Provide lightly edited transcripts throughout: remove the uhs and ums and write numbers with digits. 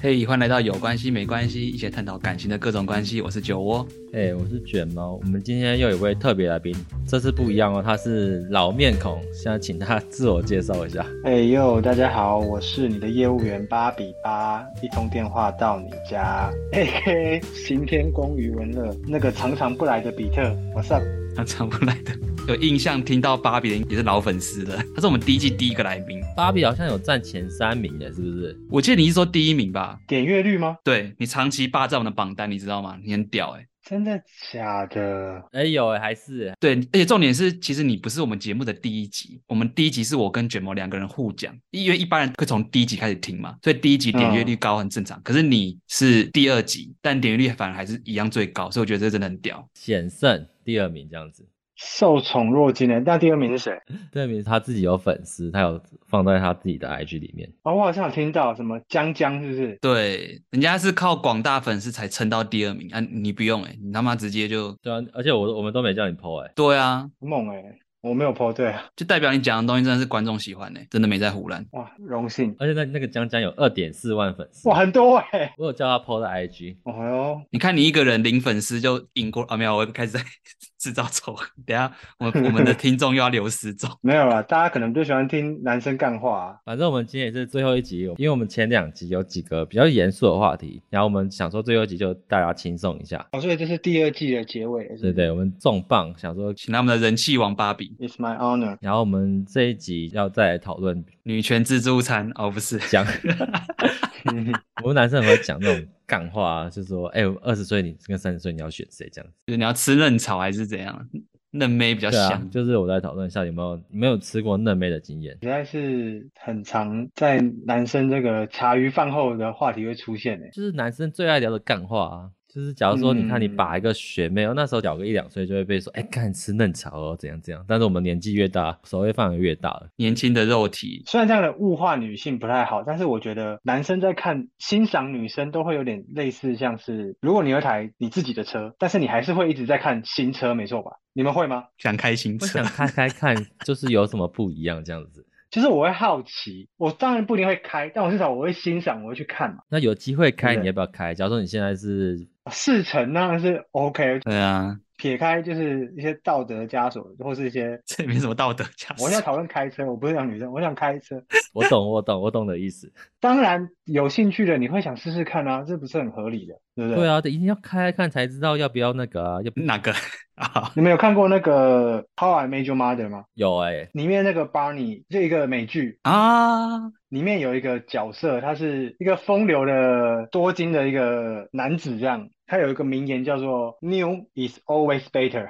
嘿，欢迎来到有关系没关系，一起探讨感情的各种关系。我是酒窝， 我是卷毛。我们今天又有位特别来宾，这次不一样哦，他是老面孔，现在请他自我介绍一下。 大家好，我是你的业务员8比8，一通电话到你家。AK 行天宫余文乐，那个常常不来的比特 ，What's up？ 常常不来的，有印象听到芭比的也是老粉丝了，他是我们第一季第一个来宾。 芭比好像有占前3名的，是不是？ 我记得你是说第1名吧？ 点阅率吗？ 对，你长期霸占我们的榜单，你知道吗？你很屌欸。 真的假的？ 有还是对，而且重点是，其实你不是我们节目的第一集，我们第一集是我跟卷毛2个人互讲，因为一般人会从第一集开始听嘛，所以第一集点阅率高很正常。可是你是第2集，但点阅率反而还是一样最高，所以我觉得这真的很屌， 险胜第2名这样子。 受宠若惊的。那第2名是谁？ 第2名他自己有粉丝，他有放在他自己的 IG 里面。 我好像有听到什么江江，是不是？ 对，人家是靠广大粉丝才撑到第2名啊，你不用你他妈直接就对啊，而且我们都没叫你 po 对啊， 猛我没有 po 对啊， 就代表你讲的东西真的是观众喜欢真的没在唬烂。 哇，荣幸。 而且那个江江有2.4万粉丝， 哇，很多我有叫他 po 在 IG。 哦哟， 你看你一个人0粉丝就赢过啊？没有，我开始在制造仇恨。等一下我们的听众又要流失走。 没有啦，大家可能就喜欢听男生干话啊。 反正我们今天也是最后一集，因为我们前2集有几个比较严肃的话题，然后我们想说最后一集就大家轻松一下。 所以这是第2季的结尾是不是？ 对，我们重磅想说请他们的人气王芭比。 It's my honor。 然后我们这一集要再来讨论女权自助餐不是讲我们男生很会讲那种干话啊，就是说20岁你跟30岁你要选谁这样子， 就是你要吃嫩草还是怎样？嫩妹比较香。 就是我在讨论一下有没有吃过嫩妹的经验。 实在是很常在男生这个茶余饭后的话题会出现就是男生最爱聊的干话啊，就是假如说你看你把一个学妹那时候小个1-2岁就会被说干吃嫩草怎样怎样，但是我们年纪越大手会范围越大了， 年轻的肉体。 虽然这样的物化女性不太好，但是我觉得男生在欣赏女生都会有点类似，像是如果你有一台你自己的车，但是你还是会一直在看新车，没错吧？你们会吗？ 想开新车， 我想开看就是有什么不一样这样子。 就是我会好奇，我当然不一定会开，但我至少我会欣赏，我会去看嘛。 那有机会开你要不要开？假如说你现在是试乘当然是 OK。 对啊， 撇开就是一些道德枷锁，或是一些这也没什么道德枷锁。 我现在讨论开车，我不是讲女生，我想开车。 我懂的意思。 当然有兴趣的你会想试试看啊，这不是很合理的，对不对？ 对啊，一定要开看才知道要不要那个啊。 哪个啊？ 你们有看过那个《How I Met Your Mother》吗？ 有里面那个 Barney 就一个美剧啊， 里面有一个角色，他是一个风流的多金的一个男子，这样。他有一个名言叫做 "New is always better"。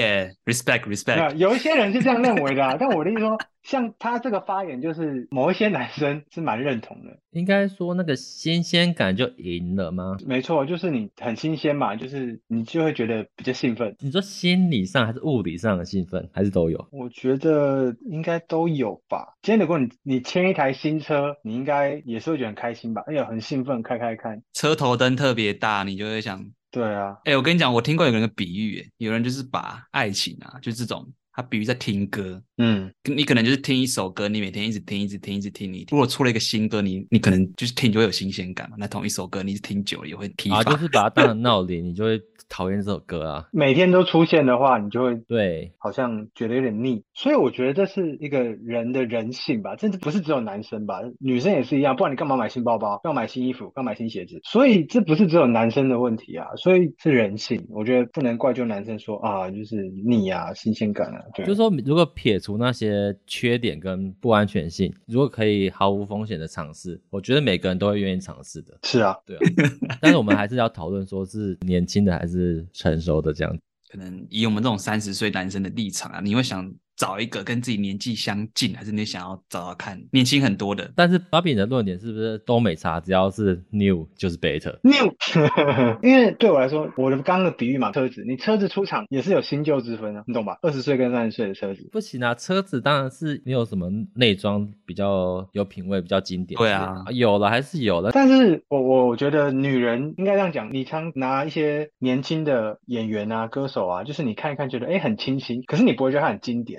respect。 有一些人是这样认为的但我的意思说，像他这个发言，就是某一些男生是蛮认同的。 应该说那个新鲜感就赢了吗？ 没错，就是你很新鲜嘛，就是你就会觉得比较兴奋。 你说心理上还是物理上的兴奋，还是都有？ 我觉得应该都有吧。今天如果你牵一台新车，你应该也是会觉得很开心吧？很兴奋，开看。 车头灯特别大，你就会想。 对啊。 我跟你讲，我听过有人的比喻有人就是把爱情就这种他比喻在听歌。你可能就是听一首歌，你每天一直听，如果出了一个新歌，你可能就是听就会有新鲜感嘛。那同一首歌你是听久了也会疲乏就是把它当成闹铃，你就会讨厌这首歌啊。 每天都出现的话，你就会对， 好像觉得有点腻。所以我觉得这是一个人的人性吧，甚至不是只有男生吧，女生也是一样。不然你干嘛买新包包，干嘛买新衣服，干嘛买新鞋子？所以这不是只有男生的问题啊，所以是人性。我觉得不能怪就男生说就是腻新鲜感对。 就是说如果撇除那些缺点跟不安全性，如果可以毫无风险的尝试，我觉得每个人都会愿意尝试的。 是啊， 对啊。但是我们还是要讨论说是年轻的还是成熟的这样。 可能以我们这种30岁男生的立场你会想找一个跟自己年纪相近，还是你想要找看年轻很多的？ 但是芭比的论点是不是都没差，只要是 new 就是 better new 因为对我来说，我的刚刚的比喻嘛，你车子出厂也是有新旧之分你懂吧？20岁跟30岁的车子不行啊，车子当然是没有什么内装比较有品味，比较经典。 对啊， 有了还是有了。 但是我觉得女人应该这样讲，你常拿一些年轻的演员歌手就是你看一看觉得很清新，可是你不会觉得它很经典。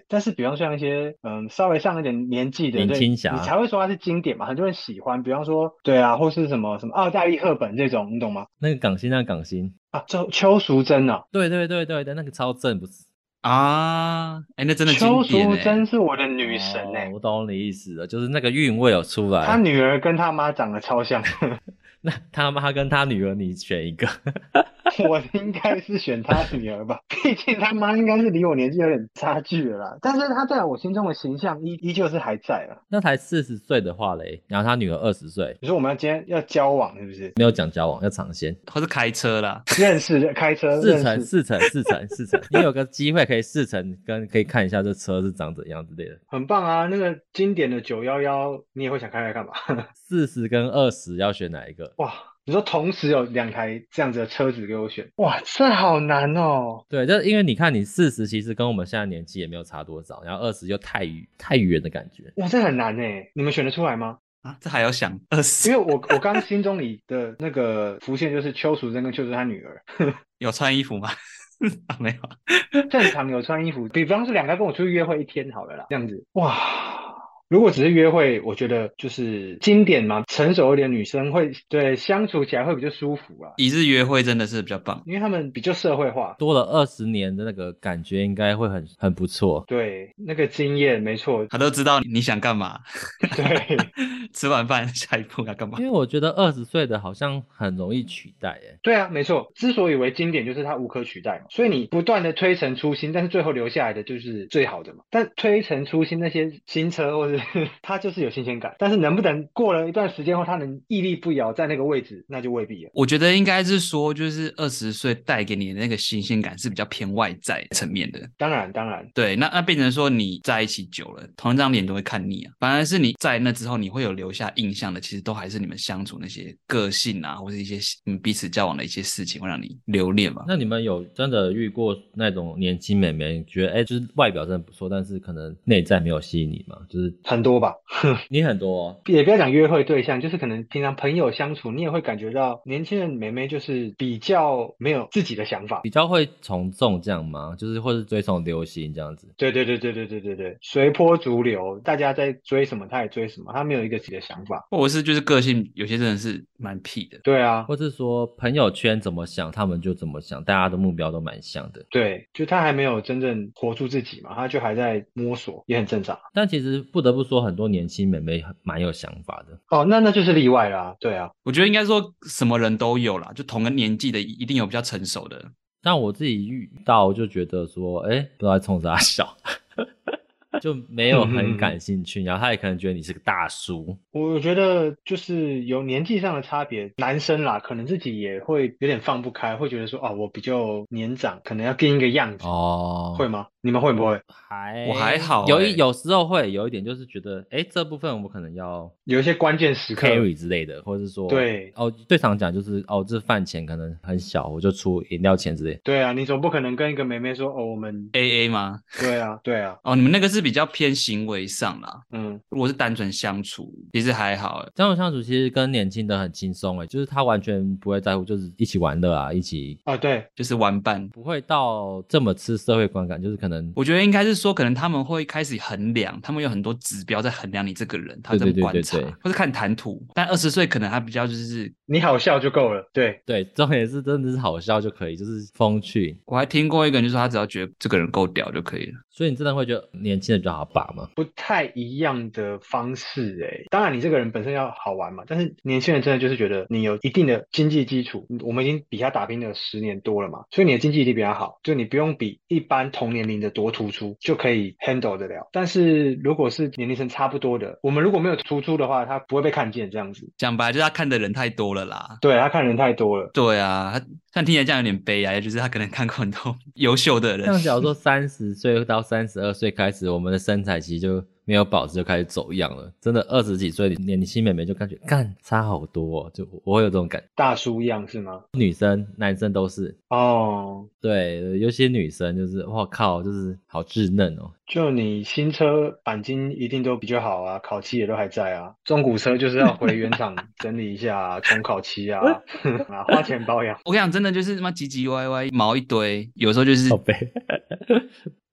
但是比方像一些稍微上一点年纪的，对， 林青霞你才会说它是经典嘛，很多人喜欢。比方说，对啊，或是什么奥黛丽·赫本这种，你懂吗？ 那个港星啊，邱淑贞啊， 对，那个超正不是？ 啊，哎，那真的经邱淑典哎。 贞是我的女神哎， 我懂你意思了，就是那个韵味有出她来。 女儿跟她妈长得超像。 那他妈跟他女儿，你选一个。 我应该是选他女儿吧，毕竟他妈应该是离我年纪有点差距了啦。但是他在我心中的形象依旧是还在了。 那才40岁的话嘞，然后他女儿20岁， 你说我们今天要交往是不是？ 没有讲交往，要尝鲜， 或是开车啦。 认识开车认识试乘，你有个机会可以试乘，跟可以看一下这车是长怎样之类的。 很棒啊！那个经典的911，你也会想开来干嘛 40跟20要选哪一个？ 哇！你说同时有2台这样子的车子给我选，哇，这好难哦。 对，就因为你看你40其实跟我们现在年纪也没有差多少，然后20又太远的感觉。 哇，这很难诶，你们选得出来吗？ 啊，这还要想20， 因为我刚心中里的那个浮现就是邱淑贞跟邱淑贞她女儿。 有穿衣服吗？啊，没有。 正常有穿衣服，比方说2个跟我出去约会1天好了啦，这样子，哇。如果只是约会，我觉得就是经典嘛，成熟一点女生会对相处起来会比较舒服啊。 一日约会真的是比较棒， 因为他们比较社会化， 多了20年的那个感觉，应该会很不错。 对，那个经验没错， 他都知道你想干嘛。 对， 吃完饭下一步要干嘛？ 因为我觉得20岁的好像很容易取代， 对啊，没错。之所以为经典，就是它无可取代嘛。所以你不断的推陈出新，但是最后留下来的就是最好的嘛。但推陈出新那些新车或者它就是有新鲜感，但是能不能过了一段时间后，它能屹立不摇在那个位置，那就未必了。 我觉得应该是说，就是20岁带给你的那个新鲜感是比较偏外在层面的。 当然，当然， 对，那变成说你在一起久了，同一张脸都会看腻啊。反而是你在那之后，你会有留下印象的，其实都还是你们相处那些个性啊，或是一些彼此交往的一些事情，会让你留恋嘛。 那你们有真的遇过那种年轻美眉，觉得就是外表真的不错，但是可能内在没有吸引你吗？就是很多吧。 你很多也不要讲约会对象，就是可能平常朋友相处，你也会感觉到年轻人妹妹就是比较没有自己的想法， 比较会从众这样吗？就是或是追从流行这样子？ 对，随波逐流，大家在追什么他也追什么，他没有一个自己的想法， 或者是就是个性有些真的是蛮屁的。 对啊， 或是说朋友圈怎么想，他们就怎么想，大家的目标都蛮像的。 对，就他还没有真正活出自己嘛，他就还在摸索，也很正常。 但其实不得不说，很多年轻美眉蛮有想法的。 哦，那就是例外啦，对啊， 我觉得应该说什么人都有啦，就同个年纪的一定有比较成熟的。 但我自己遇到就觉得说，不知道在冲啥笑。就没有很感兴趣，然后他也可能觉得你是个大叔。 我觉得就是有年纪上的差别，男生啦，可能自己也会有点放不开，会觉得说，哦，我比较年长，可能要跟一个样子，会吗？你们会不会？ 我还好有时候会有一点，就是觉得，这部分我们可能要有一些关键时刻 carry 之类的，或者是说， 对， 最常讲就是这饭钱可能很小，我就出饮料钱之类的。 对啊，你总不可能跟一个妹妹说，我们 AA 吗？ 对啊。 哦，你们那个是比较偏行为上啦。如果是单纯相处，其实还好。 单纯相处其实跟年轻的很轻松就是他完全不会在乎，就是一起玩乐啊，一起对， 就是玩伴， 不会到这么吃社会观感，就是可能我觉得应该是说，可能他们会开始衡量，他们有很多指标在衡量你这个人，他在观察，或是看谈吐。但20岁可能他比较就是你好笑就够了，对， 重点是真的是好笑就可以，就是风趣。 我还听过一个人就说他只要觉得这个人够屌就可以了。 所以你真的会觉得年轻人比较好把吗？ 不太一样的方式当然你这个人本身要好玩嘛，但是年轻人真的就是觉得你有一定的经济基础，我们已经比他打拼了10年多了嘛，所以你的经济一定比他好，就你不用比一般同年龄的多突出就可以 handle 得了。但是如果是年龄层差不多的，我们如果没有突出的话，他不会被看见这样子。 讲白了就是他看的人太多了啦。 对，他看人太多了。 对啊，他像听起来这样有点悲哀，就是他可能看过很多优秀的人。 像假如说30岁到32岁开始，我们的身材其实就没有保持，就开始走样了。真的20几岁年轻妹妹就感觉差好多就我会有这种感觉。 大叔样是吗？ 女生男生都是对，有些女生就是哇靠，就是好稚嫩就你新车钣金一定都比较好啊，烤漆也都还在啊，中古车就是要回原厂整理一下重烤漆啊花钱保养。 我跟你讲，真的就是他妈唧唧歪歪毛一堆，有时候就是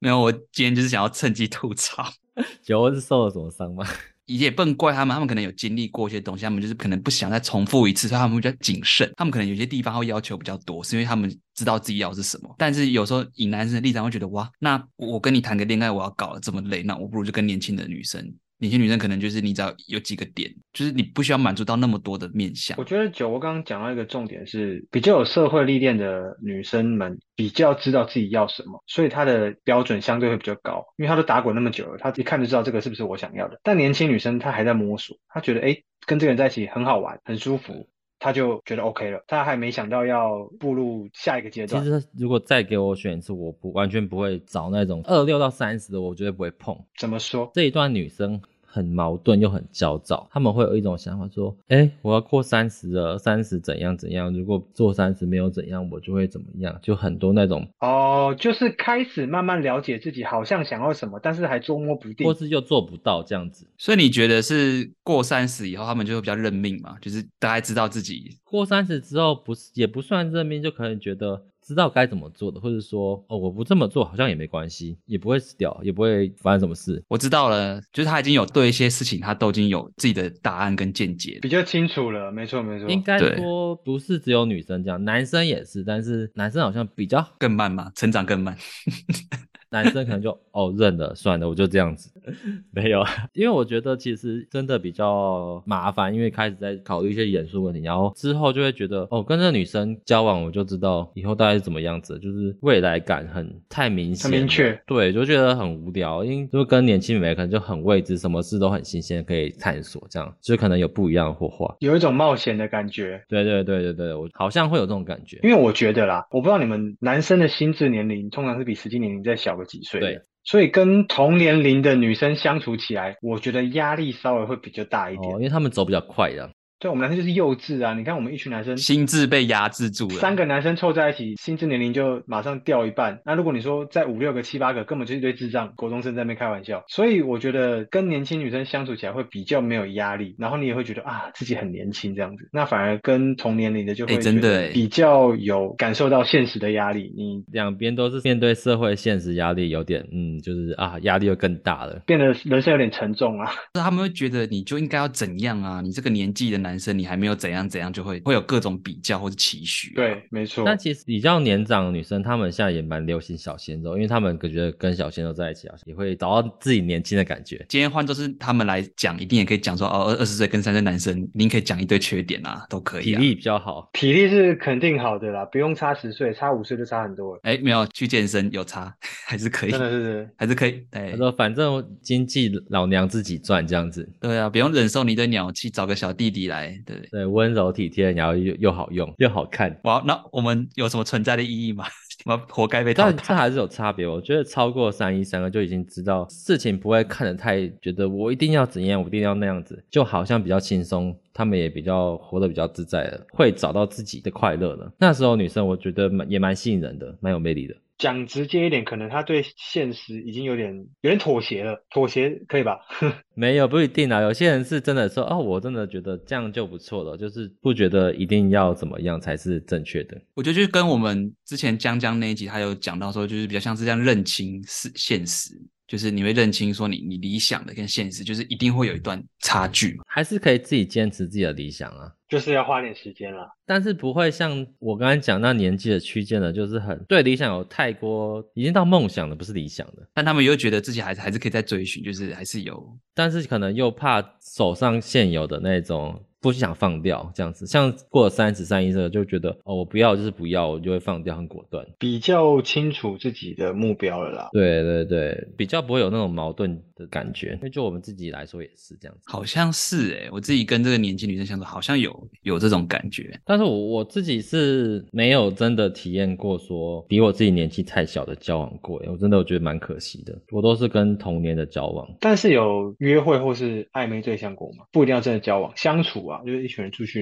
没有，我今天就是想要趁机吐槽。 酒窝是受了什么伤吗？ 也不能怪他们，他们可能有经历过一些东西，他们就是可能不想再重复一次，所以他们会比较谨慎。他们可能有些地方会要求比较多，是因为他们知道自己要的是什么。但是有时候以男生的立场会觉得，哇，那我跟你谈个恋爱，我要搞得这么累，那我不如就跟年轻的女生。年轻女生可能就是你只要有几个点，就是你不需要满足到那么多的面向。 我觉得我刚刚讲到一个重点是，比较有社会历练的女生们比较知道自己要什么，所以她的标准相对会比较高，因为她都打滚那么久了，她一看就知道这个是不是我想要的。但年轻女生她还在摸索，她觉得跟这个人在一起很好玩，很舒服，她就觉得 OK 了，她还没想到要步入下一个阶段。 其实如果再给我选一次，我完全不会找那种26到30的，我绝对不会碰。 怎么说？ 这一段女生很矛盾又很焦躁，他们会有一种想法说，我要过30了，30怎样怎样，如果做30没有怎样，我就会怎么样，就很多那种就是开始慢慢了解自己好像想要什么，但是还捉摸不定， 或是又做不到这样子。 所以你觉得是过30以后，他们就会比较认命嘛？就是大概知道自己过30之后也不算认命，就可能觉得知道该怎么做的，或者说我不这么做好像也没关系，也不会死掉，也不会发生什么事。 我知道了，就是他已经有对一些事情他都已经有自己的答案跟见解， 比较清楚了。没错没错， 应该说不是只有女生这样，男生也是，但是男生好像比较更慢嘛，成长更慢。 男生可能就认了，算了，我就这样子。没有，因为我觉得其实真的比较麻烦，因为开始在考虑一些严肃问题，然后之后就会觉得跟这个女生交往，我就知道以后大概是怎么样子，就是未来感太明显， 很明确， 对，就觉得很无聊，因为就跟年轻美眉可能就很未知，什么事都很新鲜，可以探索，这样就可能有不一样的火花， 有一种冒险的感觉。 对对对对对，我好像会有这种感觉， 因为我觉得啦，我不知道你们男生的心智年龄通常是比实际年龄再小个几岁的， 对， 所以跟同年龄的女生相处起来，我觉得压力稍微会比较大一点， 因为他们走比较快的。 对，我们男生就是幼稚啊！你看我们一群男生， 心智被压制住了 ，3个男生凑在一起，心智年龄就马上掉一半。那如果你说再5、6个、7、8个，根本就是一堆智障，国中生在那边开玩笑。所以我觉得跟年轻女生相处起来会比较没有压力，然后你也会觉得自己很年轻这样子。那反而跟同年龄的就会觉得比较有感受到现实的压力。你两边都是面对社会现实压力，有点就是压力又更大了， 变得人生有点沉重啊。 他们会觉得你就应该要怎样啊？你这个年纪的男生，你还没有怎样怎样，就会有各种比较或者期许。 对，没错。 但其实比较年长的女生，她们现在也蛮流行小鲜肉，因为她们觉得跟小鲜肉在一起，也会找到自己年轻的感觉。 今天换作是他们来讲，一定也可以讲说20岁跟30岁男生，你可以讲一堆缺点啊，都可以。 体力比较好， 体力是肯定好的啦，不用差10岁，差5岁就差很多了。 没有去健身有差，还是可以， 真的是还是可以。 他说反正经济老娘自己赚这样子。 对啊，不用忍受你的鸟气，找个小弟弟来， 对，温柔体贴，然后又好用又好看。 哇，那我们有什么存在的意义吗？我们活该被淘汰。 这还是有差别，我觉得超过31、32就已经知道事情不会看得太觉得我一定要怎样，我一定要那样子，就好像比较轻松，他们也比较活得比较自在了，会找到自己的快乐了。那时候女生我觉得也蛮吸引人的，蛮有魅力的。 讲直接一点，可能他对现实已经有点妥协了，妥协可以吧？ 没有，不一定啊，有些人是真的说我真的觉得这样就不错了，就是不觉得一定要怎么样才是正确的。 我觉得就是跟我们之前江那一集他有讲到说，就是比较像是这样认清现实，就是你会认清说你理想的跟现实就是一定会有一段差距， 还是可以自己坚持自己的理想啊， 就是要花点时间啦， 但是不会像我刚才讲那年纪的区间的，就是很对理想有太过已经到梦想了，不是理想的， 但他们又觉得自己还是可以再追寻，就是还是有， 但是可能又怕手上现有的那种不想放掉这样子，像过了30、31这个就觉得我不要就是不要，我就会放掉，很果断， 比较清楚自己的目标了啦。 对对对，比较不会有那种矛盾的感觉，因为就我们自己来说也是这样子。 好像是我自己跟这个年轻女生相处，好像有这种感觉。 但是我自己是没有真的体验过说比我自己年纪太小的交往过，我真的觉得蛮可惜的。我都是跟同年的交往。 但是有约会或是暧昧对象过吗？不一定要真的交往，相处啊，就是一群人出去那种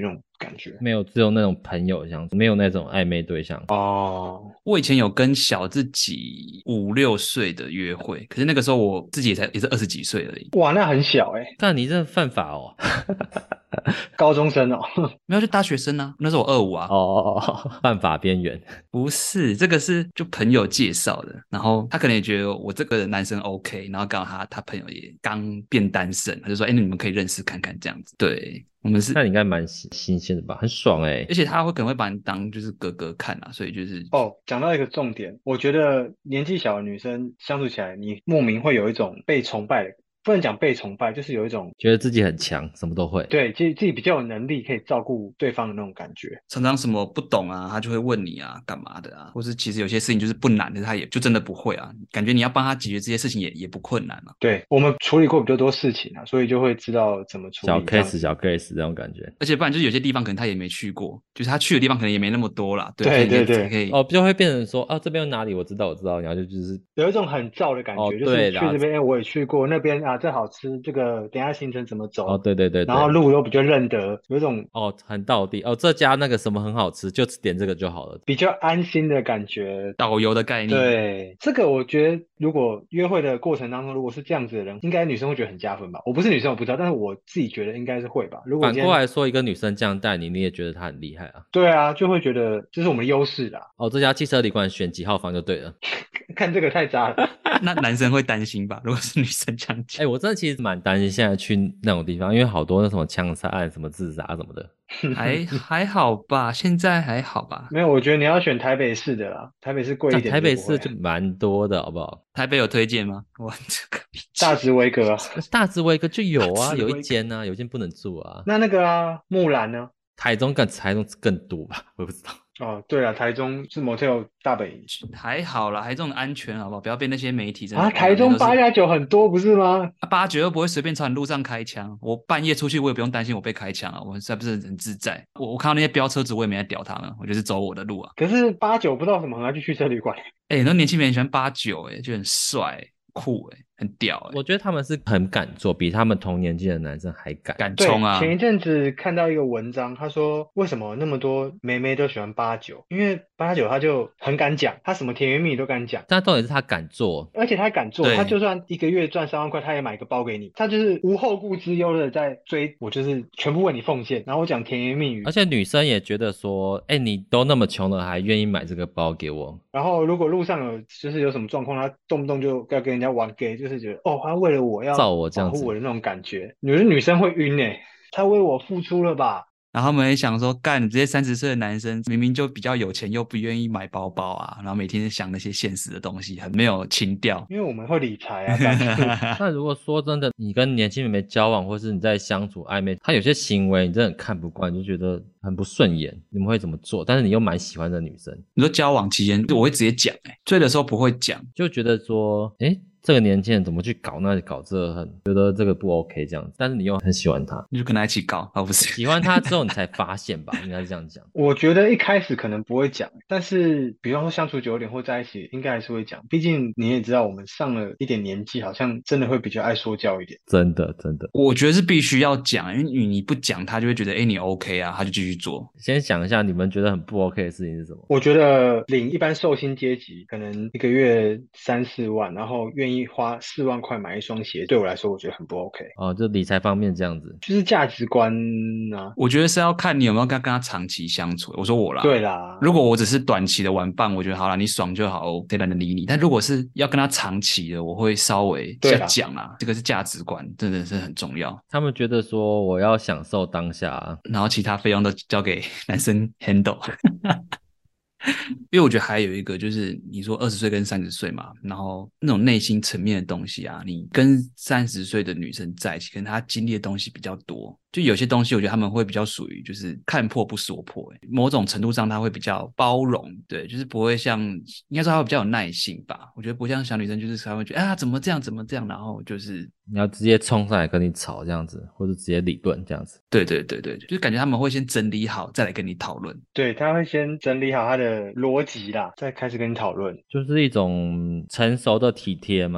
感觉。 没有，只有那种朋友相处，没有那种暧昧对象。 哦， 我以前有跟小自己5、6岁的约会，可是那个时候我自己也是20几岁而已。 哇，那很小但你这犯法哦。 高中生哦。 没有，就大学生啊，那时候我25啊。 哦，犯法边缘。 不是，这个是就朋友介绍的，然后他可能也觉得我这个男生 OK，然后刚好他朋友也刚变单身，他就说，那你们可以认识看看这样子。对，我们是， 那你应该蛮新鲜的吧？很爽而且他可能会把你当就是哥哥看啊，所以就是讲到一个重点，我觉得年纪小的女生相处起来，你莫名会有一种被崇拜的，不能讲被崇拜，就是有一种觉得自己很强，什么都会。 对，自己比较有能力可以照顾对方的那种感觉。 常常什么不懂啊，他就会问你啊，干嘛的啊，或是其实有些事情就是不难的，他也就真的不会啊，感觉你要帮他解决这些事情也不困难啊。 对，我们处理过比较多事情啊，所以就会知道怎么处小理这样子。 小 case 这种感觉。 而且不然就是有些地方可能他也没去过，就是他去的地方可能也没那么多啦，对， 对对对， 所以你可以哦，就会变成说，这边有哪里我知道，然后就是有一种很燥的感觉，就是对啦去这边我也去过，那边啊这好吃，这个等一下行程怎么走， 对， 然后路都比较认得，有一种很道地这家那个什么很好吃，就点这个就好了。 比较安心的感觉。 导游的概念。 对，这个我觉得如果约会的过程当中，如果是这样子的人，应该女生会觉得很加分吧。我不是女生，我不知道，但是我自己觉得应该是会吧。如果反过来说，一个女生这样带你，你也觉得她很厉害啊。 对啊，就会觉得这是我们的优势啦。 这家汽车旅馆选几号房就对了。 看这个太渣了。 那男生会担心吧？如果是女生这样讲， 我真的其实蛮担心现在去那种地方，因为好多那什么枪杀案、什么自杀什么的。 还好吧，现在还好吧。 没有，我觉得你要选台北市的啦，台北市贵一点。 台北市就蛮多的，好不好？ 台北有推荐吗？我这个大直维格啊， 大直维格就有啊，有一间啊，有一间不能住啊。 那个啊，木兰呢？ 台中更多吧，我也不知道。 对了，台中是 motel 大本营， 还好啦，还这种安全好不好？不要被那些媒体真的台中8+9很多不是吗 ？8+9又不会随便朝你路上开枪，我半夜出去我也不用担心我被开枪啊，我是不是很自在？我看到那些飙车子我也没在屌他们，我就是走我的路啊。 可是8+9不知道什么很爱去汽车旅馆， 很多年轻人喜欢8+9，就很帅酷很屌我觉得他们是很敢做，比他们同年纪的男生还敢冲啊！ 前一阵子看到一个文章，他说为什么那么多妹妹都喜欢8+9？因为8+9他就很敢讲，他什么甜言蜜语都敢讲。 但重点是他敢做， 而且他敢做，他就算一个月赚3万块，他也买个包给你，他就是无后顾之忧的在追我，就是全部为你奉献。然后我讲甜言蜜语， 而且女生也觉得说，你都那么穷了，还愿意买这个包给我。 然后如果路上有什么状况，他动不动就要跟人家玩 gay，就是觉得他为了我要保护我的那种感觉。女生会晕他为我付出了吧？ 然后他们也想说，干，这些30岁的男生明明就比较有钱，又不愿意买包包啊，然后每天想那些现实的东西，很没有情调。 因为我们会理财啊。 那如果说真的，你跟年轻妹妹交往，或是你在相处暧昧，她有些行为你真的很看不惯，你就觉得很不顺眼，你们会怎么做？但是你又蛮喜欢的女生， 你说交往期间，我会直接讲，追的时候不会讲， 就觉得说，这个年轻人怎么去搞这很觉得这个不 OK 这样子，但是你又很喜欢他， 你就跟他一起搞，不是喜欢他之后你才发现吧，应该是这样讲。 我觉得一开始可能不会讲，但是比方说相处久一点或在一起，应该还是会讲。毕竟你也知道，我们上了一点年纪，好像真的会比较爱说教一点。 真的， 我觉得是必须要讲，因为你不讲，他就会觉得你 OK 啊，他就继续做。 先想一下你们觉得很不 OK 的事情是什么？ 我觉得领一般受薪阶级，可能一个月3-4万，然后愿意花4万块买一双鞋，对我来说我觉得很不 OK。 就理财方面这样子， 就是价值观啊。 我觉得是要看你有没有跟他长期相处。我说我啦， 对啦， 如果我只是短期的玩伴，我觉得好啦，你爽就好，谁懒得理你。但如果是要跟他长期的，我会稍微讲啦，这个是价值观，真的是很重要。 他们觉得说我要享受当下， 然后其他费用都交给男生 handle。因为我觉得还有一个就是你说20岁跟30岁嘛，然后那种内心层面的东西啊，你跟30岁的女生在一起，可能她经历的东西比较多，就有些东西我觉得他们会比较属于就是看破不说破，某种程度上他会比较包容，对，就是不会像，应该说他会比较有耐性吧，我觉得不像小女生就是他会觉得怎么这样，然后就是你要直接冲上来跟你吵这样子，或者直接理论这样子。 对，就是感觉他们会先整理好再来跟你讨论。 对，他会先整理好他的逻辑啦，再开始跟你讨论， 就是一种成熟的体贴吗？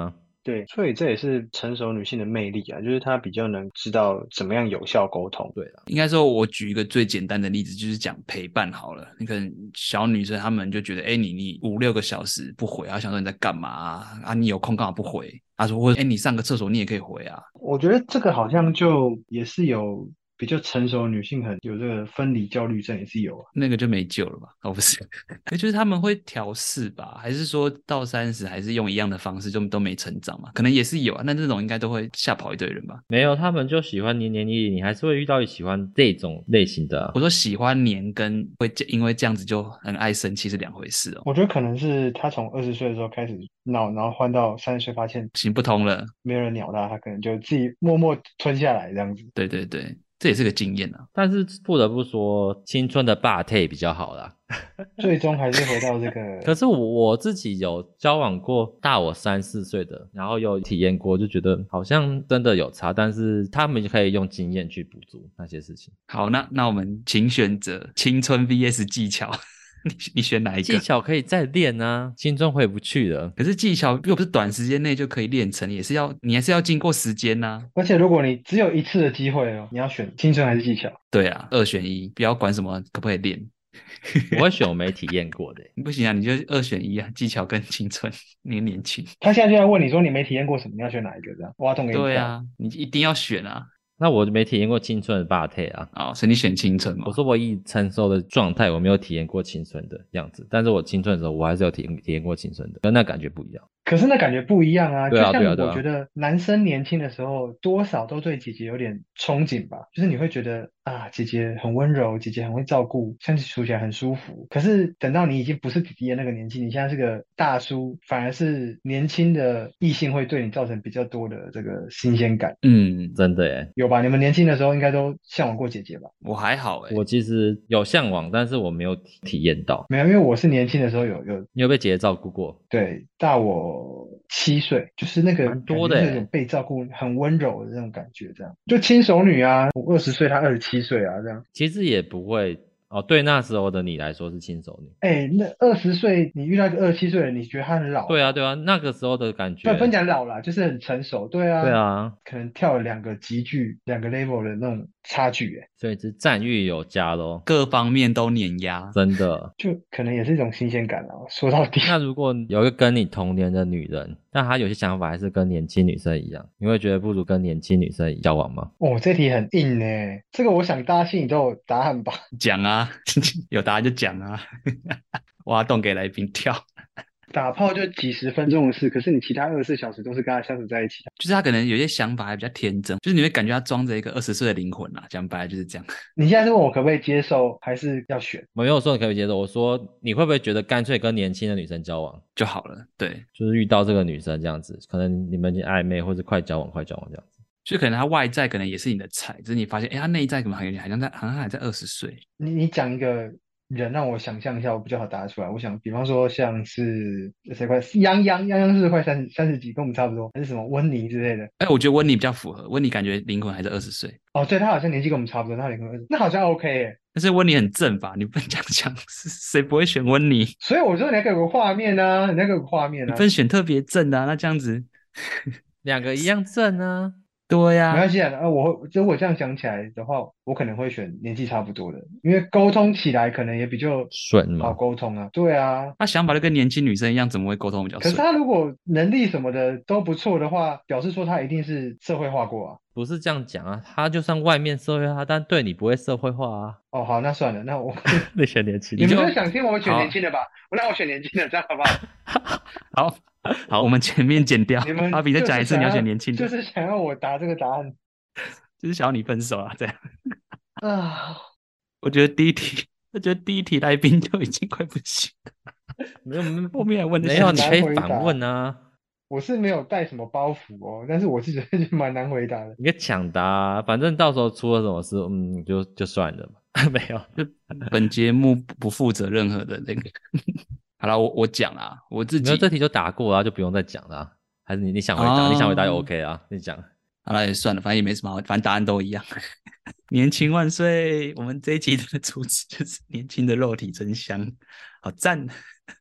对，所以这也是成熟女性的魅力啊，就是她比较能知道怎么样有效沟通。 对啦， 应该说，我举一个最简单的例子，就是讲陪伴好了。你可能小女生她们就觉得，哎，你5、6个小时不回，她想说你在干嘛啊？啊，你有空干嘛不回？她说，或者哎，你上个厕所你也可以回啊。 我觉得这个好像就也是有比较成熟的女性很有这个分离焦虑症也是有啊。 那个就没救了吧？哦，不是，就是他们会调试吧？还是说到30还是用一样的方式，就都没成长嘛？可能也是有啊。那这种应该都会吓跑一堆人吧？ 没有，他们就喜欢黏黏腻腻，你还是会遇到喜欢这种类型的啊。 我说喜欢黏跟会因为这样子就很爱生气是两回事哦。 我觉得可能是她从20岁的时候开始闹，然后换到30岁发现行不通了。 没有人鸟她，她可能就自己默默吞下来这样子。 对对对，这也是个经验啊。 但是不得不说，青春的霸退比较好啦。 最终还是回到这个。 可是我自己有交往过大我3、4岁的，然后有体验过，就觉得好像真的有差，但是他们可以用经验去补足那些事情。 好，那我们请选择青春 VS 技巧，你选哪一个？ 技巧可以再练啊，青春回不去了。 可是技巧又不是短时间内就可以练成，你还是要经过时间呐、 而且如果你只有一次的机会哦，你要选青春还是技巧？ 对啊，2选1，不要管什么可不可以练。 我会选我没体验过的。 不行啊，你就2选1啊，技巧跟青春，你年轻。 他现在就在问你说你没体验过什么，你要选哪一个？这样挖洞给你跳。 对啊，你一定要选啊。 那我没体验过青春的霸退啊。 哦，所以你选青春嘛？ 我说我以成熟的状态，我没有体验过青春的样子，但是我青春的时候，我还是有体验过青春的，跟那感觉不一样。 可是那感觉不一样啊， 对啊就像对啊对啊我觉得男生年轻的时候，多少都对姐姐有点憧憬吧，就是你会觉得啊，姐姐很温柔，姐姐很会照顾，相处起来很舒服。可是等到你已经不是弟弟的那个年纪，你现在是个大叔，反而是年轻的异性会对你造成比较多的这个新鲜感， 嗯， 真的耶， 有吧？你们年轻的时候应该都向往过姐姐吧？ 我还好哎、 我其实有向往，但是我没有体验到。 没有，因为我是年轻的时候有你有被姐姐照顾过？ 对大我7岁，就是那个蛮感多的耶。 觉是有种被照顾、很温柔的那种感觉，这样就轻熟女啊，我20岁，她27岁啊，这样。 其实也不会哦，对那时候的你来说是轻熟女。 哎，那20岁你遇到一个27岁的，你觉得她很老？ 对啊，对啊，那个时候的感不分觉。 讲老啦，就是很成熟。对啊， 对啊， 可能跳了2个级距、2个 level 的那种差距，哎， 所以是赞誉有加咯， 各方面都碾压。 真的。 就可能也是一种新鲜感啊。说到底， 那如果有一个跟你同年的女人，但她有些想法还是跟年轻女生一样，你会觉得不如跟年轻女生交往吗？ 哦，这题很硬呢，这个我想大家心里都有答案吧？ 讲啊，有答案就讲啊，挖洞给来宾跳。 打炮就几十分钟的事，可是你其他24小时都是跟他相处在一起的。 就是他可能有些想法还比较天真，就是你会感觉他装着一个20岁的灵魂啦。讲白了就是这样。 你现在是问我可不可以接受，还是要选？ 我没有说你可不可以接受，我说你会不会觉得干脆跟年轻的女生交往就好了。对， 就是遇到这个女生这样子，可能你们已经暧昧或者快交往这样子。 所以可能他外在可能也是你的菜，只是你发现，哎，他内在可能好像还在20岁。 你讲一个人让我想象一下，我比较好答得出来。我想，比方说像是谁快泱泱是不是快三十几，跟我们差不多，还是什么温妮之类的。 哎，我觉得温妮比较符合，温妮感觉灵魂还在20岁， 哦，对，他好像年纪跟我们差不多，他年龄那好像 OK 耶。 但是温妮很正吧？你不能这样讲，谁不会选温妮？ 所以我说你要给我个画面啊，你要给我个画面啊。 你不能选特别正的啊，那这样子， 两个一样正啊。 对呀、 没关系啊，如果这样讲起来的话，我可能会选年纪差不多的，因为沟通起来可能也比较好顺嘛。 沟通啊。对啊， 他想法就跟年轻女生一样，怎么会沟通比较可是顺？ 他如果能力什么的都不错的话，表示说他一定是社会化过啊。 不是这样讲啊，他就算外面社会化，但对你不会社会化啊。 哦，好，那算了，那我你选年轻你们就是想听我选年轻的吧？那我选年轻的，这样好不好？ 好好，我们前面剪掉你们。 阿比再讲一次，你要选年轻的， 就是想要我答这个答案就是想要你分手啊，这样。 啊。 我觉得第一题来宾就已经快不行了， 没有后面还问的没有， 很你可以难回答反问啊， 我是没有带什么包袱哦，但是我是觉得就蛮难回答的。 你可以抢答啊，反正到时候出了什么事，就算了嘛。没有， 就本节目不负责任何的那个。好了，我讲啦，我自己没有这题就答过了啊，就不用再讲了啊。还是你想回答，你想回答就 OK 啊，你讲。 好了也算了，反正也没什么好，反正答案都一样。年轻万岁！我们这一集的主旨就是年轻的肉体真香，好赞！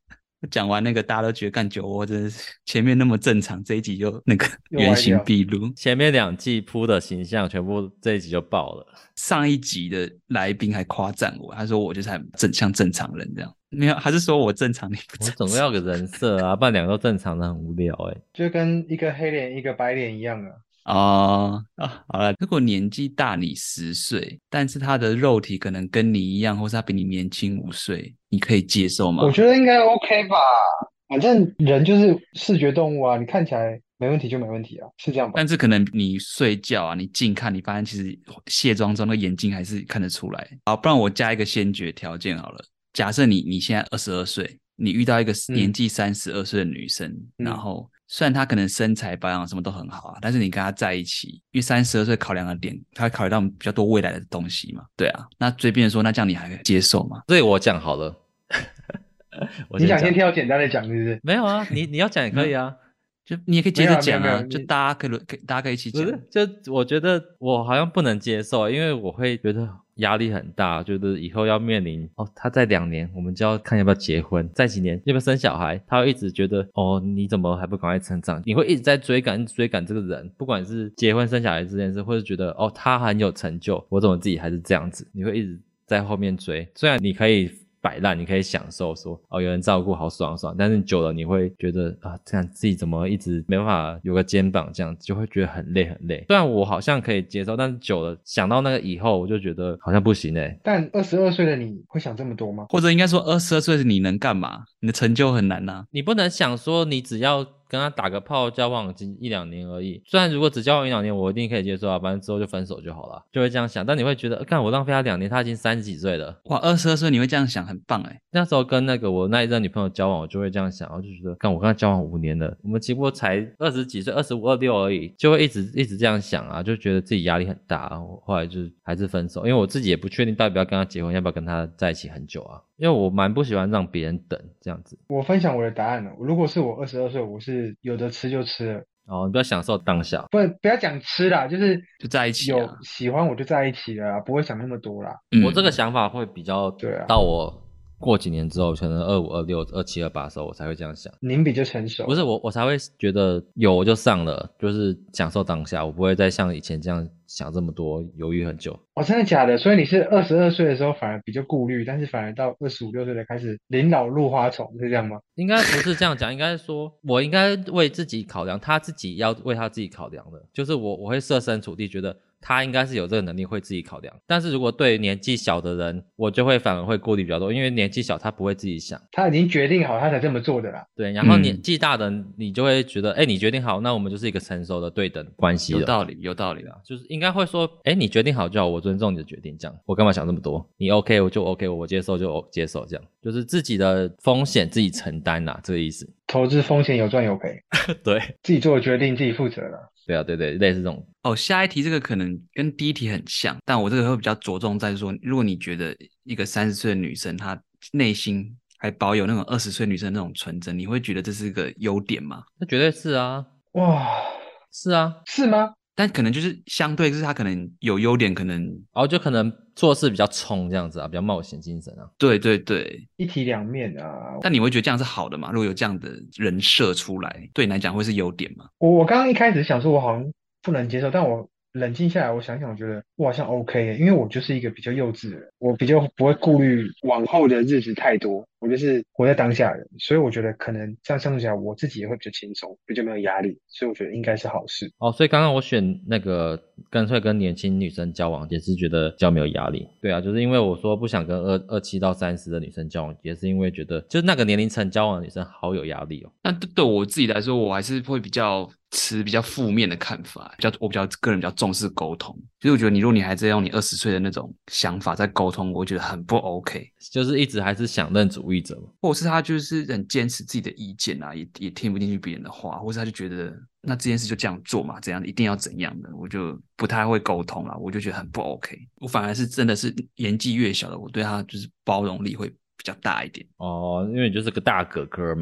讲完那个大家都觉得干酒窝真的是前面那么正常，这一集就那个又歪原形掉毕露。 前面2季铺的形象全部这一集就爆了。 上一集的来宾还夸赞我，他说我就是像正常人这样，没有，还是说我正常你不我正常？ 总归要有个人设啊，不然2个都正常的很无聊就跟一个黑脸一个白脸一样啊。 好了，如果年纪大你10岁，但是他的肉体可能跟你一样，或是他比你年轻5岁，你可以接受吗？ 我觉得应该 OK 吧，反正人就是视觉动物啊，你看起来没问题就没问题啊，是这样吧？ 但是可能你睡觉啊，你近看，你发现其实卸妆之后那个眼睛还是看得出来。好，不然我加一个先决条件好了。假设你现在22岁，你遇到一个年纪32岁的女生，然后虽然她可能身材保养什么都很好啊，但是你跟她在一起，因为32岁考量的点，她会考虑到比较多未来的东西嘛。对啊，那追变说，那这样你还接受吗？ 所以我讲好了。 你想先挑简单的讲，是不是？ 没有啊，你要讲也可以啊。 就你也可以接着讲没有就大家可以一起讲。 就我觉得我好像不能接受，因为我会觉得压力很大，觉得以后要面临他在2年我们就要看要不要结婚，再几年要不要生小孩，他会一直觉得你怎么还不赶快成长，你会一直在追赶这个人，不管是结婚生小孩这件事，或是觉得他很有成就，我怎么自己还是这样子，你会一直在后面追。虽然你可以摆烂，你可以享受说有人照顾好爽，但是久了你会觉得这样自己怎么一直没办法有个肩膀，这样就会觉得很累。虽然我好像可以接受，但是久了想到那个以后，我就觉得好像不行但22岁的你会想这么多吗？ 或者应该说22岁的你能干嘛？你的成就很难啊。 你不能想说你只要跟他打个炮交往1-2年而已，虽然如果只交往1-2年我一定可以接受啊，反正之后就分手就好了，就会这样想。但你会觉得干我浪费他2年，他已经30几岁了。 哇，22岁你会这样想很棒耶。 那时候跟我那一任女朋友交往，我就会这样想，我就觉得干我跟她交往5年了，我们只不过才20几岁25、26而已，就会一直这样想啊，就觉得自己压力很大。我后来就还是分手，因为我自己也不确定到底要不要跟他结婚，要不要跟他在一起很久啊，因为我蛮不喜欢让别人等这样子。 我分享我的答案了，如果是我22岁，我是有的吃就吃了。 你不要享受当下， 不要讲吃啦，就是就在一起啊， 有喜欢我就在一起了啦，不会想那么多啦。 我这个想法会比较对啊， 到我过几年之后，可能25、26、27、28的时候，我才会这样想。 您比较成熟， 不是我才会觉得有我就上了，就是享受当下，我不会再像以前这样想这么多，犹豫很久。 真的假的？所以你是22岁的时候反而比较顾虑，但是反而到25、6岁才开始临老入花丛，是这样吗？ 应该不是这样讲，应该是说我应该为自己考量，他自己要为他自己考量的，就是我会设身处地觉得他应该是有这个能力会自己考量。但是如果对年纪小的人，我就会反而会顾虑比较多，因为年纪小他不会自己想， 他已经决定好他才这么做的啦。 对，然后年纪大的你就会觉得你决定好，那我们就是一个成熟的对等关系了。 有道理啊， 就是应该会说你决定好就好，我尊重你的决定，这样我干嘛想这么多，你 OK 我就 OK， 我接受就接受，这样就是自己的风险自己承担啦，这个意思。 投资风险有赚有赔对， 自己做的决定自己负责啦。 对啊，对，类似这种。 下一题这个可能跟第一题很像，但我这个会比较着重在说，如果你觉得一个30岁的女生她内心还保有那种20岁女生那种纯真，你会觉得这是个优点吗？ 那绝对是啊。 哇， 是啊。 是吗？ 但可能就是相对是她可能有优点，可能就可能做事比较冲这样子啊，比较冒险精神啊。 对， 一体两面啊。 但你会觉得这样是好的吗？如果有这样的人设出来，对你来讲会是优点吗？ 我刚刚一开始想说我好像不能接受，但我冷静下来，我想想，我觉得我好像 OK 耶，因为我就是一个比较幼稚的人，我比较不会顾虑往后的日子太多，我就是活在当下的人，所以我觉得可能这样相处起来，我自己也会比较轻松，比较没有压力，所以我觉得应该是好事。 所以刚刚我选那个干脆跟年轻女生交往，也是觉得比较没有压力。对啊，就是因为我说不想跟27到30的女生交往，也是因为觉得就是那个年龄层交往的女生好有压力哦。 那对我自己来说，我还是会比较持比较负面的看法，我个人比较重视沟通，所以我觉得如果你还在用你20岁的那种想法在沟通，我觉得很不 OK， 就是一直还是享乐主义者嘛， 或者是他就是很坚持自己的意见啊，也听不进去别人的话，或是他就觉得那这件事就这样做嘛，这样一定要怎样的，我就不太会沟通啦，我就觉得很不 OK。我反而是真的是年纪越小的，我对他就是包容力会比较大一点。 因为你就是个大哥哥嘛。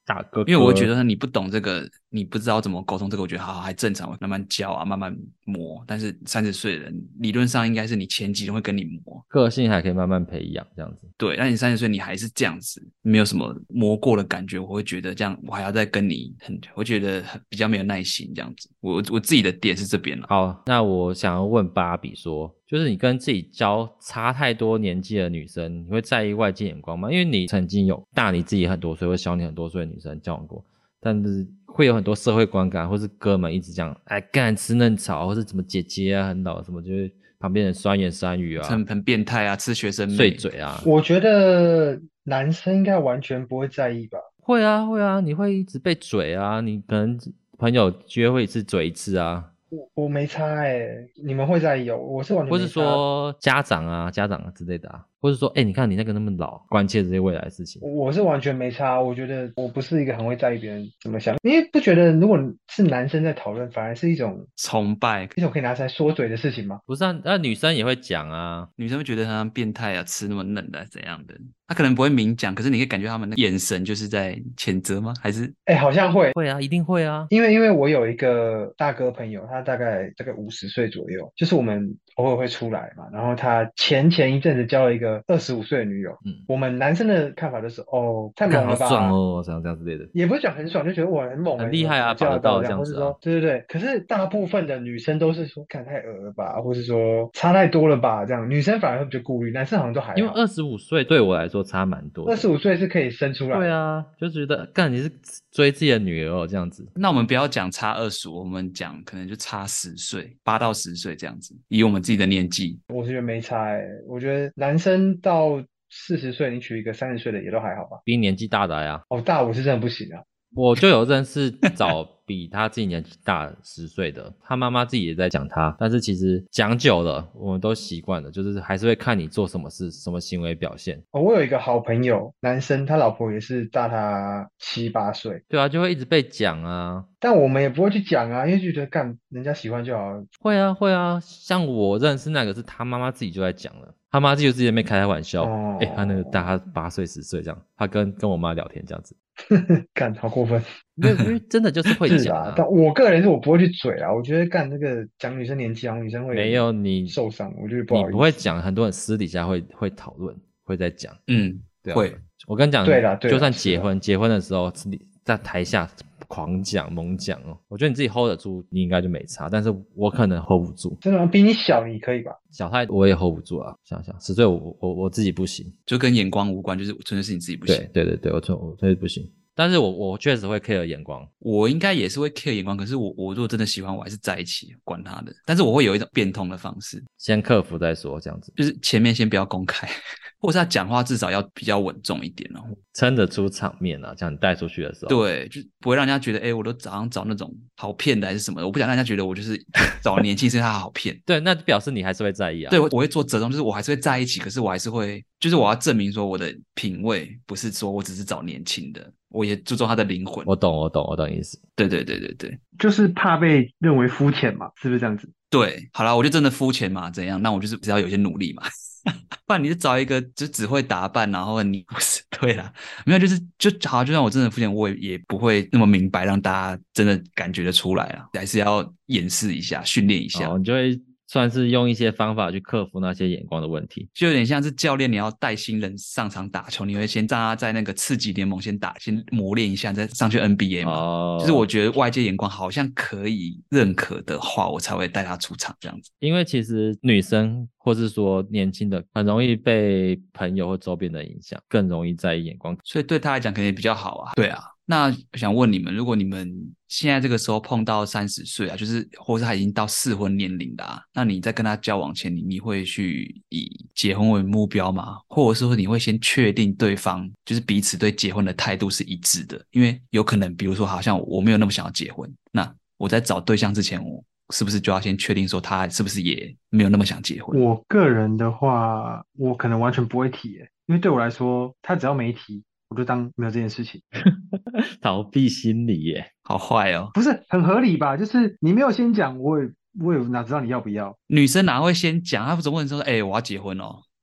大哥哥， 因为我觉得你不懂这个，你不知道怎么沟通这个，我觉得好还正常，慢慢教啊，慢慢磨。但是30岁的人，理论上应该是你前几人会跟你磨， 个性还可以慢慢培养这样子。 对。但你30岁你还是这样子，没有什么磨过的感觉，我会觉得这样，我还要再跟你我觉得比较没有耐心这样子。我自己的点是这边了。 好，那我想要问芭比说，就是你跟自己交差太多年纪的女生，你会在意外界眼光吗？因为你曾经有大你自己很多岁或小你很多岁的女生交往过，但是会有很多社会观感，或是哥们一直讲，哎，干吃嫩草，或是什么姐姐啊，很老什么，就是旁边人酸言酸语啊， 很变态啊，吃学生妹碎嘴啊。 我觉得男生应该完全不会在意吧。 会啊会啊，你会一直被嘴啊，你可能朋友约会一次嘴一次啊， 我没差你们会在意哦，我是完全或是没差。 说家长啊之类的啊，或是说，哎，你看你那个那么老，关切这些未来的事情。 我是完全没差，我觉得我不是一个很会在意别人怎么想，因为不觉得如果是男生在讨论，反而是崇拜， 一种可以拿出来说嘴的事情吗？ 不是啊，那女生也会讲啊。 女生会觉得他变态啊，吃那么嫩的怎样的？他可能不会明讲，可是你可以感觉他们的眼神就是在谴责吗？还是好像会。 会啊，一定会啊。 因为我有一个大哥朋友，他大概50岁左右，就是我们偶尔会出来嘛，然后他前一阵子交了一个25岁的女友。我们男生的看法就是太猛了吧， 干好爽哦，这样之类的， 也不是讲很爽，就觉得哇很猛很厉害啊， 怎么交找得到得到这样，或是这样子啊。 说对对对，可是大部分的女生都是说看太恶了吧，或是说差太多了吧，这样女生反而会比较顾虑，男生好像都还因为好。 25岁对我来说差蛮多的。 25岁是可以生出来的。 对啊，就觉得干你是追自己的女儿哦，这样子。 那我们不要讲差25，我们讲可能就差10岁，8到10岁这样子，以我们自己的年纪。 我是觉得没差我觉得男生到40岁，你娶一个30岁的也都还好吧。 比你年纪大的呀。 大我是真的不行啊。 我就有认识找比他自己年纪大10岁的，他妈妈自己也在讲他，但是其实讲久了，我们都习惯了，就是还是会看你做什么事、什么行为表现。 我有一个好朋友，男生，他老婆也是大他7、8岁。 对啊，就会一直被讲啊。 但我们也不会去讲啊，因为觉得干人家喜欢就好了。 会啊会啊，像我认识那个是他妈妈自己就在讲了，他妈就自己在那边开玩笑，他那个大他8岁10岁这样，他跟我妈聊天这样子。 干好过分。 因为真的就是会是讲啊，但我个人是我不会去嘴啊，我觉得干那个讲女生年纪，然后女生会没有你受伤，我觉得不好意思。 你不会讲，很多人私底下会讨论，会在讲。 对啊，会。 我跟你讲， 对啦就算结婚的时候，在台下狂讲猛讲哦，我觉得你自己 hold 得住，你应该就没差。但是我可能 hold 不住。 真的吗？比你小你可以吧？ 小太我也 hold 不住啊，想10岁我自己不行， 就跟眼光无关，就是纯粹是你自己不行。 对，我真的不行。但是我确实会 care 眼光， 我应该也是会 care 眼光，可是我如果真的喜欢，我还是在一起，管他的。但是我会有一种变通的方式， 先克服再说，这样子就是前面先不要公开，或是他讲话至少要比较稳重一点哦， 撑得出场面啊，这样你带出去的时候， 对，就不会让人家觉得，我都早上找那种好骗的还是什么的，我不想让人家觉得我就是找年轻，是他好骗。 对，那表示你还是会在意啊。 对，我会做折中，就是我还是会在一起，可是我还是会，就是我要证明说我的品味不是说我只是找年轻的，我也注重他的灵魂。 我懂意思。 对， 就是怕被认为肤浅嘛，是不是这样子？ 对，好啦，我就真的肤浅嘛，怎样？那我就是只要有些努力嘛，不然你就找一个就只会打扮，然后你不是对啦，没有就好，就算我真的肤浅，我也不会那么明白，让大家真的感觉得出来啊，还是要演示一下，训练一下。 你就会算是用一些方法去克服那些眼光的问题， 就有点像是教练，你要带新人上场打球，你会先让他在那个次级联盟先磨练一下，再上去 NBA 嘛。就是我觉得外界眼光好像可以认可的话，我才会带他出场这样子。 因为其实女生或是说年轻的很容易被朋友或周边的影响，更容易在意眼光， 所以对他来讲肯定比较好啊。对啊。那我想问你们，如果你们现在这个时候碰到30岁啊，就是或是他已经到适婚年龄啦，那你在跟他交往前，你会去以结婚为目标吗？或者是说你会先确定对方就是彼此对结婚的态度是一致的？因为有可能，比如说好像我没有那么想要结婚，那我在找对象之前，我是不是就要先确定说他是不是也没有那么想结婚？ 我个人的话，我可能完全不会提因为对我来说，他只要没提，我就当没有这件事情。 逃避心理耶， 好坏哦。 不是很合理吧？就是你没有先讲，我也哪知道你要不要？ 女生哪会先讲？她不总问说，我要结婚哦。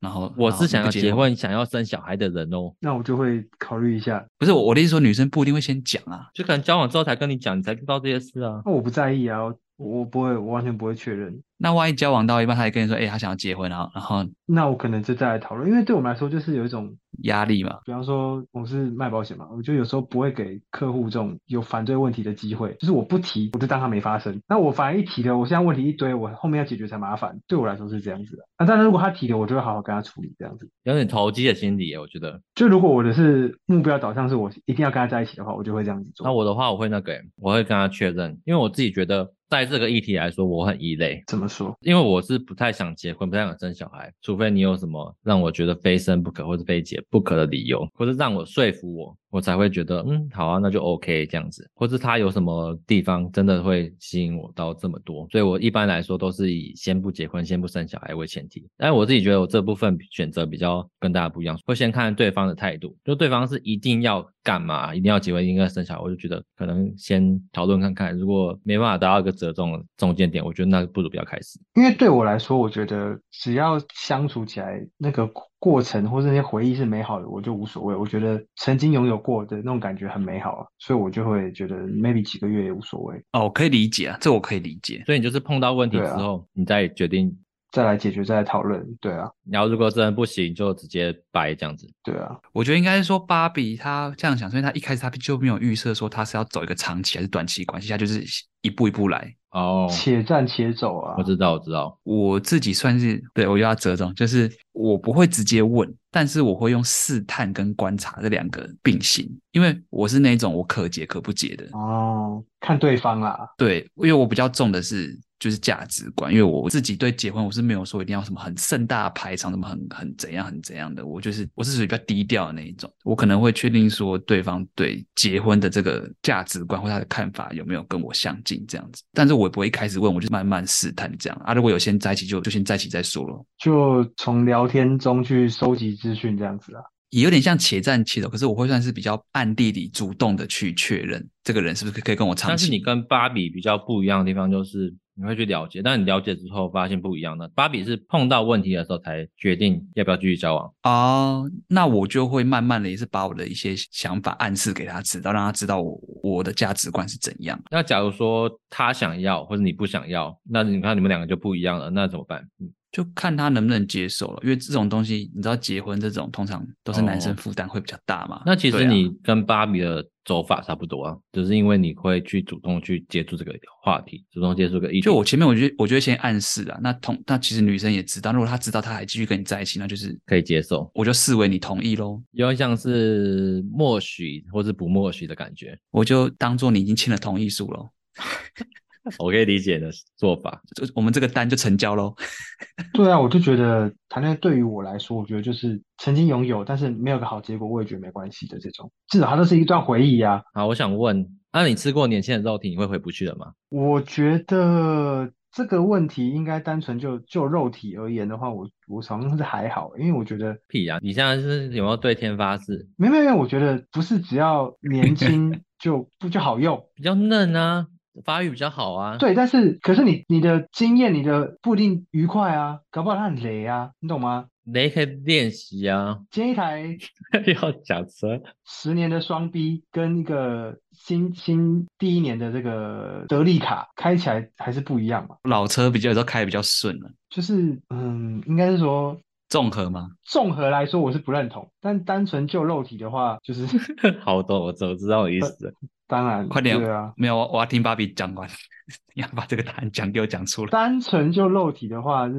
然后我是想要结婚， 婚、想要生小孩的人哦。 那我就会考虑一下。 不是我的意思说，女生不一定会先讲啊， 就可能交往之后才跟你讲，你才知道这些事啊。 那我不在意啊，我不会，我完全不会确认。 那万一交往到一半，他还跟你说，他想要结婚，然后那我可能就再来讨论，因为对我们来说就是有一种压力嘛。 比方说我是卖保险嘛，我就有时候不会给客户这种有反对问题的机会，就是我不提，我就当它没发生。那我反而一提了，我现在问题一堆，我后面要解决才麻烦。对我来说是这样子的。那当然，如果他提了，我就会好好跟他处理这样子。 有点投机的心理耶，我觉得。 就如果我的是目标导向，是我一定要跟他在一起的话，我就会这样子做。 那我的话，我会我会跟他确认，因为我自己觉得在这个议题来说，我很异类。 怎么说？ 因为我是不太想结婚，不太想生小孩，除非你有什么让我觉得非生不可或者非结不可的理由，或者让我说服我才会觉得好啊，那就 OK 这样子，或者他有什么地方真的会吸引我到这么多，所以我一般来说都是以先不结婚、先不生小孩为前提。但是我自己觉得我这部分选择比较跟大家不一样，会先看对方的态度，就对方是一定要干嘛，一定要结婚，一定要生小孩，我就觉得可能先讨论看看，如果没办法达到一个折中的中间点，我觉得那不如不要开始。 因为对我来说，我觉得只要相处起来那个过程或者那些回忆是美好的，我就无所谓。我觉得曾经拥有过的那种感觉很美好啊，所以我就会觉得 maybe 几个月也无所谓。 哦，我可以理解啊，这我可以理解。 所以你就是碰到问题对啊， 之后，你再决定。 再来解决，再来讨论。对啊， 然后如果真的不行，就直接掰这样子。 对啊， 我觉得应该是说，芭比她这样想，所以她一开始她就没有预设说她是要走一个长期还是短期关系，她就是一步一步来。 哦， 且战且走啊。 我知道，我知道。 我自己算是对我就要折中，就是我不会直接问，但是我会用试探跟观察这两个并行，因为我是那种我可结可不结的。 哦，看对方啦。 对，因为我比较重的是就是价值观，因为我自己对结婚我是没有说一定要什么很盛大的排场，什么很怎样很怎样的，我是属于比较低调的那一种，我可能会确定说对方对结婚的这个价值观或他的看法有没有跟我相近这样子，但是我也不会一开始问，我就慢慢试探这样啊，如果有先在一起就先在一起再说了。 就从聊天中去收集资讯这样子啊。 也有点像且战且走，可是我会算是比较暗地里主动的去确认这个人是不是可以跟我长期。 但是你跟芭比比较不一样的地方就是你会去了解，但你了解之后发现不一样的。芭比是碰到问题的时候才决定要不要继续交往。 哦，那我就会慢慢的也是把我的一些想法暗示给他知道，让他知道我的价值观是怎样。 那假如说他想要或者你不想要，那你看你们两个就不一样了，那怎么办？ 就看他能不能接受了，因为这种东西你知道，结婚这种通常都是男生负担会比较大嘛。 那其实你跟芭比的走法差不多啊，只是因为你会去主动去接触这个话题，主动接触个议题。 就我前面我觉得先暗示啊，那其实女生也知道，如果她知道她还继续跟你在一起，那就是可以接受， 我就视为你同意咯。 有点像是默许或是不默许的感觉， 我就当做你已经签了同意书咯。 我可以理解的做法， 我们这个单就成交咯。 对啊，我就觉得谈恋爱对于我来说，我觉得就是曾经拥有，但是没有个好结果，我也觉得没关系的这种，至少它都是一段回忆啊。 好，我想问，你吃过年轻的肉体，你会回不去了吗？ 我觉得这个问题应该单纯就肉体而言的话，我好像是还好，因为我觉得屁呀、你现在是有没有对天发誓？ 没有，我觉得不是只要年轻就好用。 比较嫩啊，发育比较好啊。 对，但是可是你的经验，你的不一定愉快啊，搞不好它很雷啊，你懂吗？ 你可以练习啊。 接一台要讲车 10年的双 B 跟一个新第一年的这个德利卡开起来还是不一样嘛。 老车有时候开得比较顺了。 就是应该是说综合吗？ 综合来说我是不认同，但单纯就肉体的话，就是好多，我知道你意思了。 当然快点， 对啊， 没有，我要听芭比讲完，你要把这个答案给我讲出来。 单纯就肉体的话，就是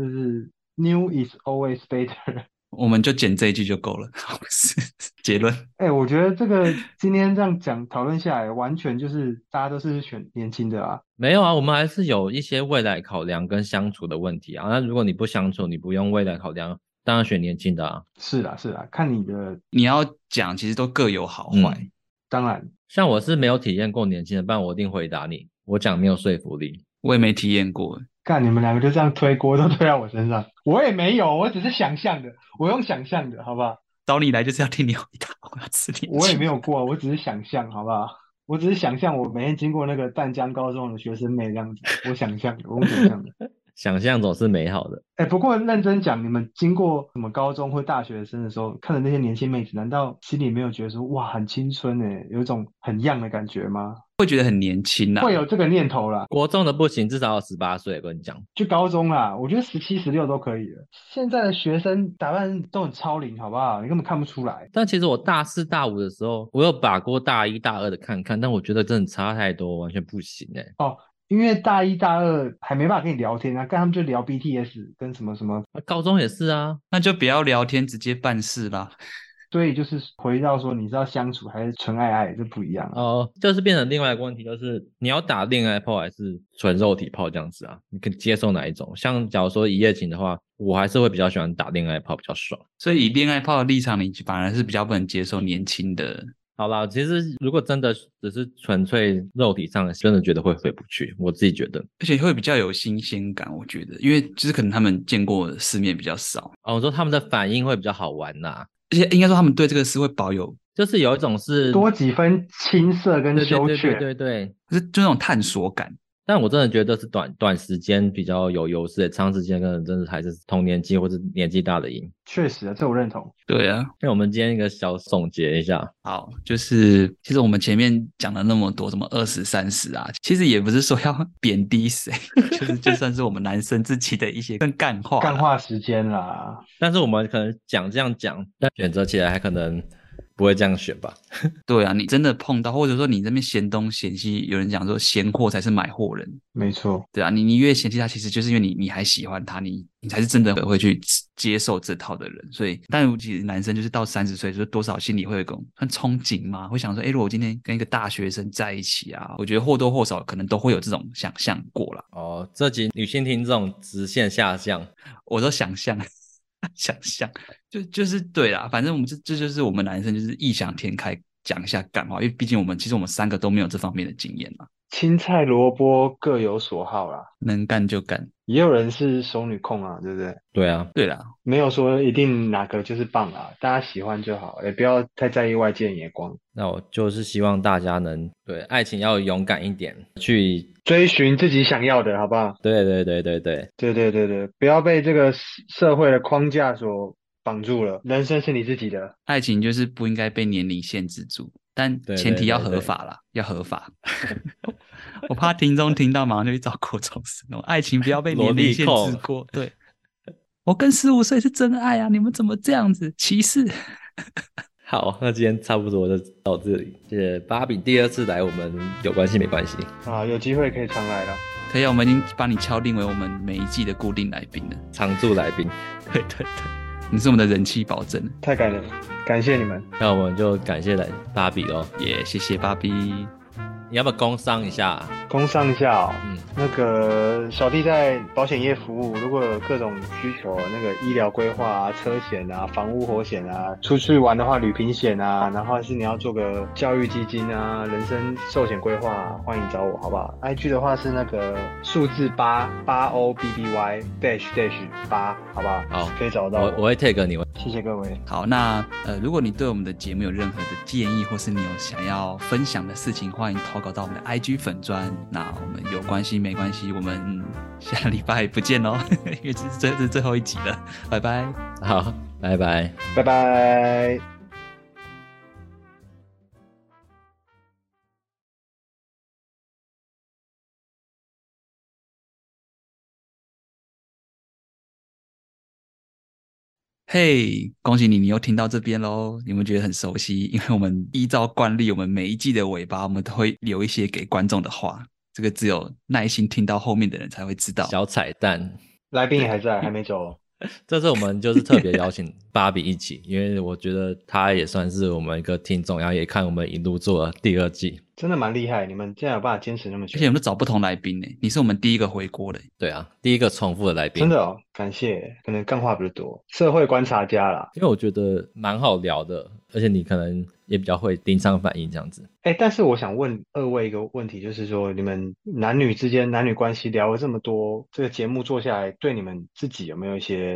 new is always better。 我们就剪这一句就够了，是结论。 哎、我觉得这个今天这样讲讨论下来，完全就是大家都是选年轻的啊。 没有啊，我们还是有一些未来考量跟相处的问题啊。那如果你不相处，你不用未来考量，当然选年轻的啊。 是啦，看你的， 你要讲，其实都各有好坏。 当然， 像我是没有体验过年轻的，不然我一定回答你。我讲没有说服力， 我也没体验过。 看你们两个就这样推锅都推到我身上，我也没有，我只是想象的，我用想象的，好不好？ 找你来就是要听你回答，我要吃年轻。 我也没有过，我只是想象，好不好？我只是想象我每天经过那个淡江高中的学生妹这样子，我想象的，我用想象的。 想象总是美好的。 不过认真讲，你们经过什么高中或大学生的时候，看着那些年轻妹子，难道心里没有觉得说哇很青春有一种很样的感觉吗？ 会觉得很年轻啊。 会有这个念头啦。 国中的不行，至少要18岁，跟你讲。 就高中啦，我觉得17、16都可以了。现在的学生打扮都很超龄，好不好？你根本看不出来。 但其实我大4、大5的时候，我有把过大1、大2的看看，但我觉得真的差太多，完全不行哦，因为大一、大二还没办法跟你聊天啊，跟他们就聊 BTS 跟什么什么， 高中也是啊。 那就不要聊天，直接办事啦。 所以就是回到说，你是要相处还是纯爱爱，这不一样啊。 就是变成另外一个问题，就是你要打恋爱炮还是纯肉体炮这样子啊？你可以接受哪一种？像假如说一夜情的话，我还是会比较喜欢打恋爱炮，比较爽。 所以以恋爱炮的立场，你反而是比较不能接受年轻的。 好啦，其实如果真的只是纯粹肉体上，真的觉得会回不去，我自己觉得。 而且会比较有新鲜感，我觉得，因为就是可能他们见过的世面比较少。 我说他们的反应会比较好玩啦。 而且应该说他们对这个事会保有， 就是有一种是多几分青涩跟羞怯， 对， 就那种探索感。 但我真的觉得是短时间比较有优势的，长时间可能真的还是同年纪或者年纪大的赢。 确实啊，这我认同。 对啊， 那我们今天一个小总结一下。 好，就是其实我们前面讲了那么多什么20、30啊，其实也不是说要贬低谁，就算是我们男生自己的一些更干话干话时间啦。 但是我们可能这样讲，但选择起来还可能不会这样选吧。 对啊，你真的碰到，或者说你这边嫌东嫌西，有人讲说嫌货才是买货人。 没错。 对啊，你越嫌弃他，其实就是因为你还喜欢他，你才是真的会去接受这套的人。所以，但其实男生就是到30岁，就是多少心里会有一种很憧憬嘛，会想说，如果我今天跟一个大学生在一起啊，我觉得或多或少可能都会有这种想象过啦。 这集女性听众直线下降， 我都想象。想象就是对啦，反正我们这就是我们男生就是异想天开讲一下干话，因为毕竟其实我们3个都没有这方面的经验嘛。 青菜萝卜各有所好啦， 能干就干。 也有人是熟女控啊，对不对？ 对啊， 对啦， 没有说一定哪个就是棒啊，大家喜欢就好，也不要太在意外界的眼光。 那我就是希望大家能对爱情要勇敢一点，去追寻自己想要的，好不好？ 对， 对，不要被这个社会的框架所绑住了。人生是你自己的， 爱情就是不应该被年龄限制住，但前提要合法啦，要合法。我怕听众听到马上就去找国中生，爱情不要被年龄限制过。对，我跟15岁是真爱啊，你们怎么这样子歧视？ 好，那今天差不多就到这里，谢谢芭比第2次来，我们有关系没关系啊，有机会可以常来了。 可以啊，我们已经把你敲定为我们每一季的固定来宾了， 常驻来宾。 对，你是我们的人气保证。 太感人，感谢你们。 那我们就感谢芭比咯， 也谢谢芭比。 你要不要工商一下？ 工商一下那个小弟在保险业服务，如果有各种需求，那个医疗规划啊、车险啊、房屋火险啊，出去玩的话旅平险啊，然后是你要做个教育基金啊、人生寿险规划，欢迎找我，好不好 ？IG 的话是那个数字8OBBY -8，好不好？ 好， 可以找到我会 tag 你。 谢谢各位。 好，那如果你对我们的节目有任何的建议，或是你有想要分享的事情，欢迎投稿到我们的 IG 粉专。那我们有关系没关系，我们下礼拜不见咯，因为这是最后一集了，拜拜。 好，拜拜， 拜拜。 嘿，恭喜你，你又听到这边咯，你们觉得很熟悉？因为我们依照惯例，我们每一季的尾巴，我们都会留一些给观众的话，这个只有耐心听到后面的人才会知道。 小彩蛋， 来宾也还在，还没走。 这次我们就是特别邀请芭比一起，因为我觉得他也算是我们一个听众，然后也看我们一路做了第2季， 真的蛮厉害，你们竟然有办法坚持那么久， 而且我们都找不同来宾呢，你是我们第一个回国的。 对啊，第一个重复的来宾， 真的哦，感谢，可能干话不是多，社会观察家啦。 因为我觉得蛮好聊的，而且你可能也比较会临场反应这样子。 但是我想问2位一个问题，就是说你们男女之间男女关系聊了这么多，这个节目做下来，对你们自己有没有一些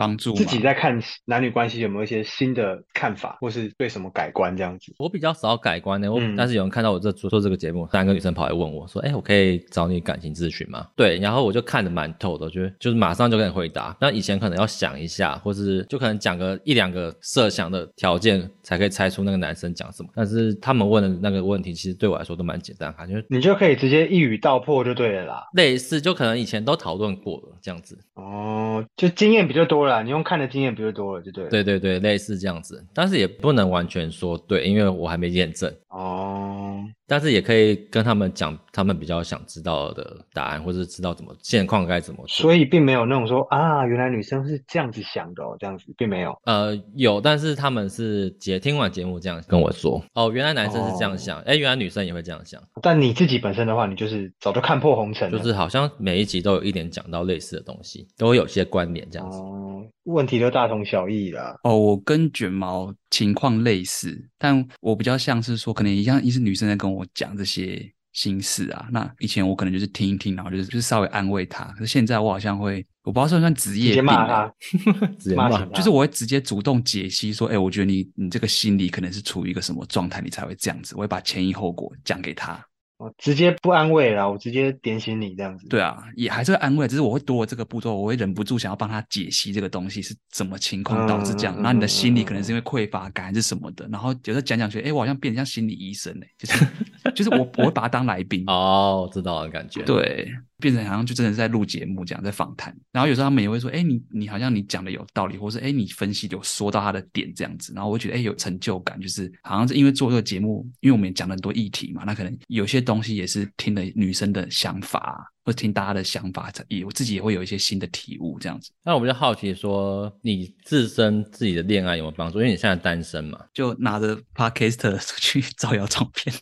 帮助自己在看男女关系有没有一些新的看法，或是对什么改观这样子？ 我比较少改观的，但是有人看到我做这个节目，3个女生跑来问我说：“我可以找你感情咨询吗？”对，然后我就看得蛮透的，我觉得就是马上就跟你回答。那以前可能要想一下，或是就可能讲个1-2个设想的条件，才可以猜出那个男生讲什么。但是他们问的那个问题，其实对我来说都蛮简单，感觉你就可以直接一语道破就对了啦。 类似，就可能以前都讨论过了这样子。 哦，就经验比较多了，你用看的经验比较多了，就对了。 对对对，类似这样子，但是也不能完全说对，因为我还没验证。 哦， 但是也可以跟他们讲他们比较想知道的答案，或是知道现况该怎么做。 所以并没有那种说啊，原来女生是这样子想的哦，这样子并没有。 有，但是他们是听完节目这样跟我说，原来男生是这样想，原来女生也会这样想。 但你自己本身的话，你就是早就看破红尘了， 就是好像每一集都有一点讲到类似的东西，都会有些关联这样子。 问题都大同小异啦。 我跟卷毛情况类似，但我比较像是说，可能一样是女生在跟我讲这些心事啊。那以前我可能就是听一听，然后就是稍微安慰她。可是现在我好像会，我不知道算不算职业病，直接骂她， 直接骂， 就是我会直接主动解析说，我觉得你这个心理可能是处于一个什么状态，你才会这样子。我会把前因后果讲给她。 直接不安慰啦，我直接点醒你这样子。 对啊，也还是会安慰，只是我会多了这个步骤，我会忍不住想要帮他解析这个东西是什么情况导致这样。然后你的心理可能是因为匮乏感还是什么的，然后有时候讲觉得，我好像变得像心理医生就是我会把他当来宾。 我知道的感觉。 对，变成好像就真的是在录节目这样，在访谈。然后有时候他们也会说，你好像你讲的有道理，或是你分析有说到他的点这样子，然后我会觉得有成就感，就是好像是因为做这个节目，因为我们也讲了很多议题嘛，那可能有些东西也是听了女生的想法，或听大家的想法，我自己也会有一些新的体悟这样子。 那我比较好奇说，你自己的恋爱有没有帮助？因为你现在单身嘛， 就拿着 Podcaster 出去造谣照片。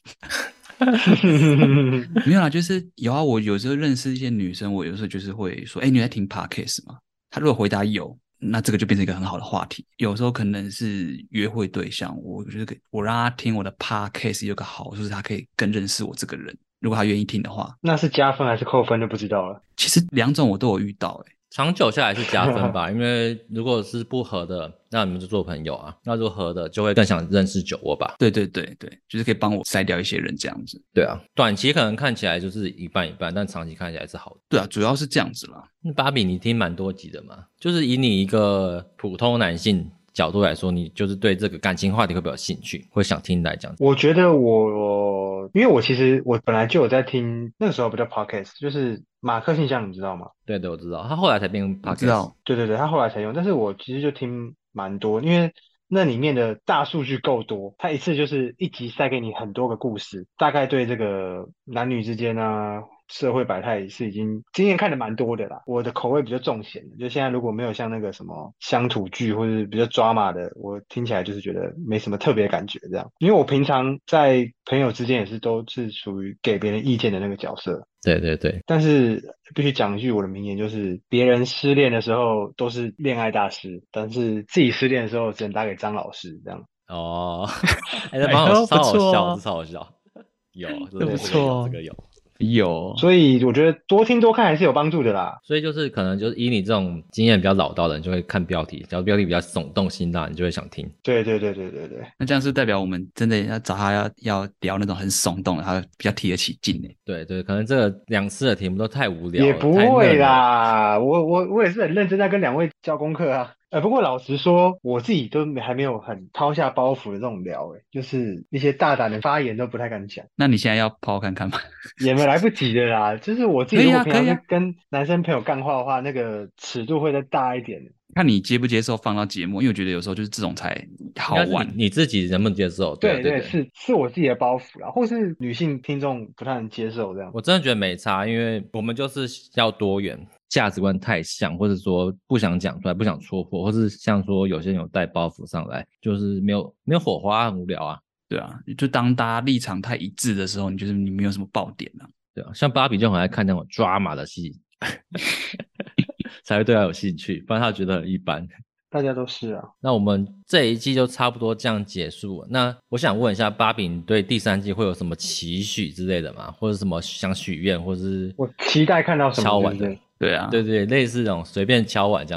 没有啦，就是有啊。我有时候认识一些女生，我有时候就是会说，你在听 Podcast 吗？她如果回答有，那这个就变成一个很好的话题。有时候可能是约会对象，我觉得我让她听我的 Podcast 有个好处是，她可以更认识我这个人。如果她愿意听的话， 那是加分还是扣分就不知道了。 其实2种我都有遇到， 长久下来是加分吧，因为如果是不合的，那你们就做朋友啊；那如果合的，就会更想认识酒窝吧。 对，就是可以帮我筛掉一些人这样子。 对啊，短期可能看起来就是一半一半，但长期看起来是好的。 对啊，主要是这样子啦。 芭比，你听蛮多集的嘛，就是以你一个普通男性角度来说，你就是对这个感情话题会比较有兴趣，会想听来讲。 我觉得因为我其实本来就有在听，那个时候不叫 podcast，就是马克信箱，你知道吗？ 对，我知道，他后来才变 podcast。 知道。 对，他后来才用，但是我其实就听蛮多，因为那里面的大数据够多，他一次就是一集塞给你很多个故事，大概对这个男女之间啊。社会百态是已经经验看的蛮多的啦，我的口味比较重咸的，就现在如果没有像那个什么乡土剧或者比较抓马的，我听起来就是觉得没什么特别感觉这样。因为我平常在朋友之间也都是属于给别人意见的那个角色。 对。但是必须讲一句我的名言，就是别人失恋的时候都是恋爱大师，但是自己失恋的时候只能打给张老师这样。 那蛮好，超好笑，超好笑。有， 这不错， 这个有， 所以我觉得多听多看还是有帮助的啦。 所以就是可能就是以你这种经验比较老道的人，就会看标题，只要标题比较耸动辛辣，你就会想听。 对。 那这样是代表我们真的要找他要聊那种很耸动的，他比较提得起劲耶。 对，可能这个2次的题目都太无聊了。 也不会啦，我也是很认真在跟2位教功课啊。不过老实说，我自己都还没有很掏下包袱的这种聊，就是一些大胆的发言都不太敢讲。 那你现在要抛看看吗？ 也没来不及的啦，就是我自己如果平常是跟男生朋友干话的话，那个尺度会再大一点。 看你接不接受放到节目，因为我觉得有时候就是这种才好玩。 你自己能不能接受？ 对，是我自己的包袱啦，或是女性听众不太能接受这样。 我真的觉得没差，因为我们就是要多元，价值观太像，或者说不想讲出来，不想戳破，或是像说有些人有带包袱上来，就是没有火花，很无聊啊。 对啊，就当大家立场太一致的时候，你没有什么爆点啊。 对啊，像芭比就很爱看那种drama的戏。才会对他有兴趣，不然他觉得很一般。 大家都是啊。 那我们这一季就差不多这样结束了。那我想问一下芭比，你对第3季会有什么期许之类的吗？或者什么想许愿，或是我期待看到什么敲碗的？ 对啊， 对，类似这种随便敲碗这样子。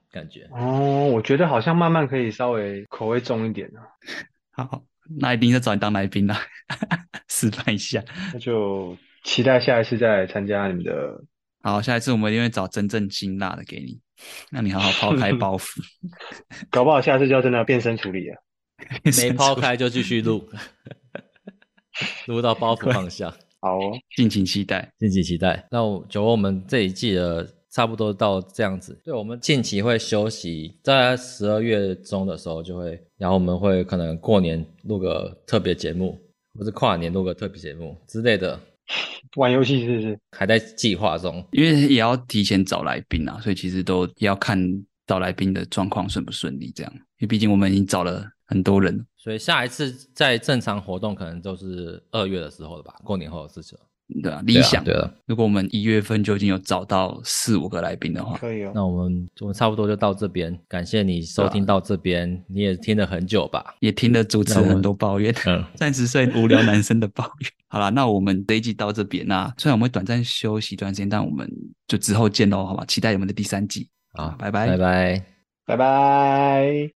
感觉。 哦，我觉得好像慢慢可以稍微口味重一点啊。 好，那一定是找你当来宾啦，示范一下。 那就期待下一次再来参加你们的。 好，下一次我们一定会找真正辛辣的给你，让你好好抛开包袱。 搞不好下次就要真的变身处理了。 没抛开就继续录，录到包袱放下。 好哦， 敬请期待， 敬请期待。那酒窝我们这一季的差不多到这样子。对，我们近期会休息，在12月中的时候就会，然后我们会可能过年录个特别节目，或是跨年录个特别节目之类的。 玩游戏是不是？ 还在计划中， 因为也要提前找来宾啊，所以其实都要看找来宾的状况顺不顺利这样。因为毕竟我们已经找了很多人， 所以下一次在正常活动可能就是2月的时候了吧，过年后的事情。 对啊，理想。 对啊， 如果我们1月份就已经有找到4、5个来宾的话， 可以哦。 那我们差不多就到这边，感谢你收听到这边，你也听了很久吧？ 也听了主持人很多抱怨，30岁无聊男生的抱怨。好啦，那我们这一季到这边，那虽然我们会短暂休息一段时间，但我们就之后见咯，好吧？期待我们的第3季。 好， 拜拜， 拜拜， 拜拜。